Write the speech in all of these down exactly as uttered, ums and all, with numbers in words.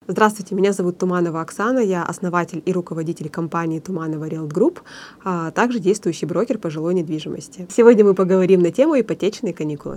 Здравствуйте, меня зовут Туманова Оксана, я основатель и руководитель компании Туманова Realty Group, а также действующий брокер по жилой недвижимости. Сегодня мы поговорим на тему ипотечные каникулы.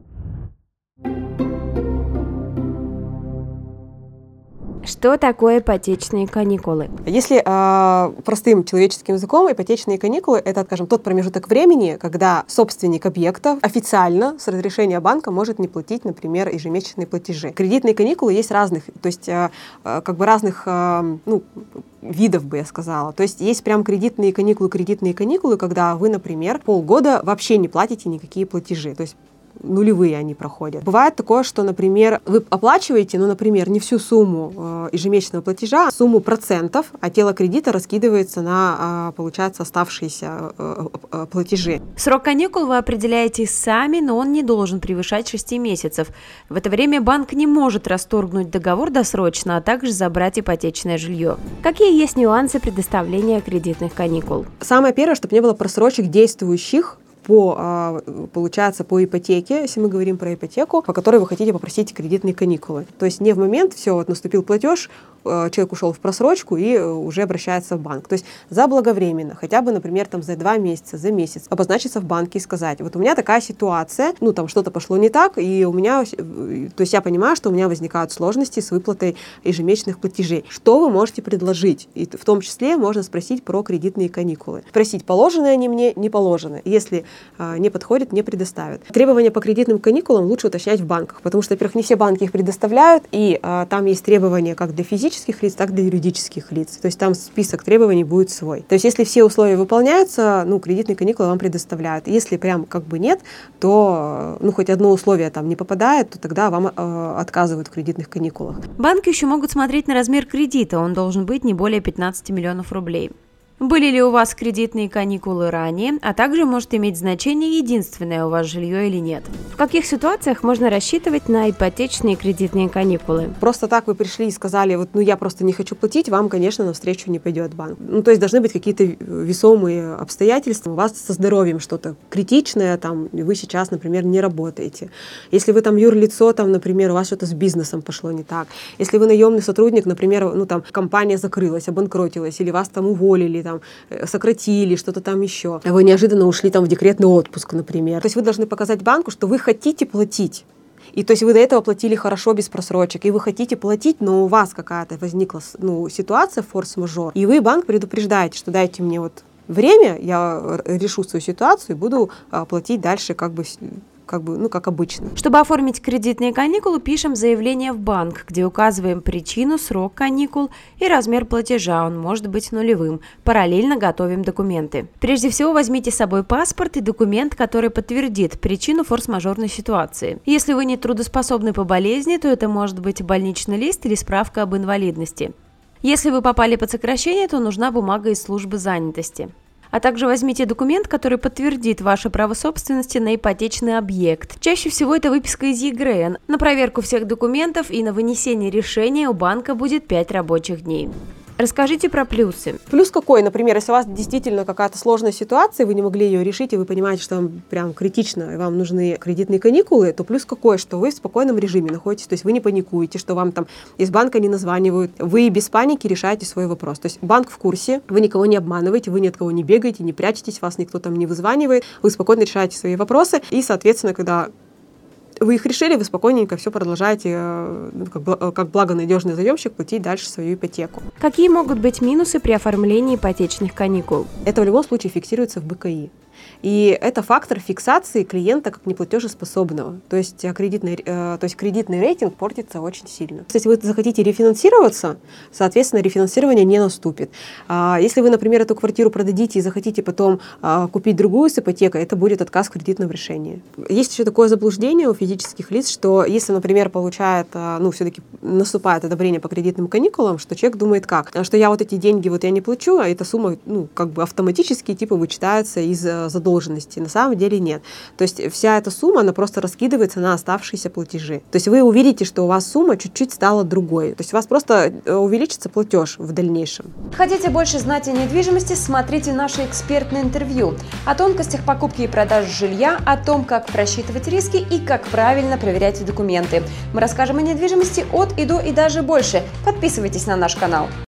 Что такое ипотечные каникулы? Если э, простым человеческим языком, ипотечные каникулы — это, скажем, тот промежуток времени, когда собственник объекта официально с разрешения банка может не платить, например, ежемесячные платежи. Кредитные каникулы есть разных, то есть э, э, как бы разных э, ну, видов, бы я сказала. То есть есть прям кредитные каникулы, кредитные каникулы, когда вы, например, полгода вообще не платите никакие платежи. То есть нулевые они проходят. Бывает такое, что, например, вы оплачиваете, ну, например, не всю сумму э, ежемесячного платежа, а сумму процентов, а тело кредита раскидывается на, э, получается, оставшиеся э, э, платежи. Срок каникул вы определяете сами, но он не должен превышать шести месяцев. В это время банк не может расторгнуть договор досрочно, а также забрать ипотечное жилье. Какие есть нюансы предоставления кредитных каникул? Самое первое, чтобы не было просрочек действующих по, получается, по ипотеке, если мы говорим про ипотеку, по которой вы хотите попросить кредитные каникулы. То есть не в момент, все, вот наступил платеж, человек ушел в просрочку и уже обращается в банк. То есть заблаговременно, хотя бы, например, там за два месяца, за месяц обозначиться в банке и сказать: вот у меня такая ситуация, ну там что-то пошло не так, и у меня, то есть я понимаю, что у меня возникают сложности с выплатой ежемесячных платежей. Что вы можете предложить? И в том числе можно спросить про кредитные каникулы. Спросить, положены они мне, не положены. Если не подходит, не предоставят. Требования по кредитным каникулам лучше уточнять в банках, потому что, во-первых, не все банки их предоставляют, и а, там есть требования как для физических лиц, так и для юридических лиц. То есть там список требований будет свой. То есть если все условия выполняются, ну, кредитные каникулы вам предоставляют. Если прям как бы нет, то, ну, хоть одно условие там не попадает, то тогда вам э, отказывают в кредитных каникулах. Банки еще могут смотреть на размер кредита, он должен быть не более пятнадцати миллионов рублей. Были ли у вас кредитные каникулы ранее, а также может иметь значение, единственное у вас жилье или нет. В каких ситуациях можно рассчитывать на ипотечные кредитные каникулы? Просто так вы пришли и сказали: вот, ну я просто не хочу платить, вам, конечно, навстречу не пойдет банк. Ну, то есть должны быть какие-то весомые обстоятельства. У вас со здоровьем что-то критичное, там, вы сейчас, например, не работаете. Если вы там юрлицо, там, например, у вас что-то с бизнесом пошло не так. Если вы наемный сотрудник, например, ну там компания закрылась, обанкротилась, или вас там уволили, там, сократили, что-то там еще. Вы неожиданно ушли там в декретный отпуск, например. То есть вы должны показать банку, что вы хотите платить. И то есть вы до этого платили хорошо, без просрочек, и вы хотите платить, но у вас какая-то возникла, ну, ситуация, форс-мажор, и вы банк предупреждаете, что дайте мне вот время, я решу свою ситуацию и буду а, платить дальше как бы... как бы, ну, как обычно. Чтобы оформить кредитные каникулы, пишем заявление в банк, где указываем причину, срок каникул и размер платежа, он может быть нулевым. Параллельно готовим документы. Прежде всего, возьмите с собой паспорт и документ, который подтвердит причину форс-мажорной ситуации. Если вы не трудоспособны по болезни, то это может быть больничный лист или справка об инвалидности. Если вы попали под сокращение, то нужна бумага из службы занятости. А также возьмите документ, который подтвердит ваше право собственности на ипотечный объект. Чаще всего это выписка из ЕГРН. На проверку всех документов и на вынесение решения у банка будет пять рабочих дней. Расскажите про плюсы. Плюс какой? Например, если у вас действительно какая-то сложная ситуация, вы не могли ее решить, и вы понимаете, что вам прям критично, и вам нужны кредитные каникулы, то плюс какой? Что вы в спокойном режиме находитесь, то есть вы не паникуете, что вам там из банка не названивают, вы без паники решаете свой вопрос. То есть банк в курсе, вы никого не обманываете, вы ни от кого не бегаете, не прячетесь, вас никто там не вызванивает, вы спокойно решаете свои вопросы, и, соответственно, когда вы их решили, вы спокойненько все продолжаете, как, как благонадежный заемщик, платить дальше свою ипотеку. Какие могут быть минусы при оформлении ипотечных каникул? Это в любом случае фиксируется в бэ ка и. И это фактор фиксации клиента как неплатежеспособного. То есть кредитный, э, то есть кредитный рейтинг портится очень сильно. Если вы захотите рефинансироваться, соответственно, рефинансирование не наступит. А если вы, например, эту квартиру продадите и захотите потом а, купить другую с ипотекой, это будет отказ в кредитном решении. Есть еще такое заблуждение у физических лиц, что если, например, получает, ну, все-таки наступает одобрение по кредитным каникулам, что человек думает как? Что я вот эти деньги вот я не плачу, а эта сумма, ну, как бы автоматически типа вычитается из задолженности. На самом деле нет. То есть вся эта сумма, она просто раскидывается на оставшиеся платежи. То есть вы увидите, что у вас сумма чуть-чуть стала другой. То есть у вас просто увеличится платеж в дальнейшем. Хотите больше знать о недвижимости? Смотрите наши экспертные интервью о тонкостях покупки и продажи жилья, о том, как просчитывать риски и как правильно проверять документы. Мы расскажем о недвижимости от и до и даже больше. Подписывайтесь на наш канал.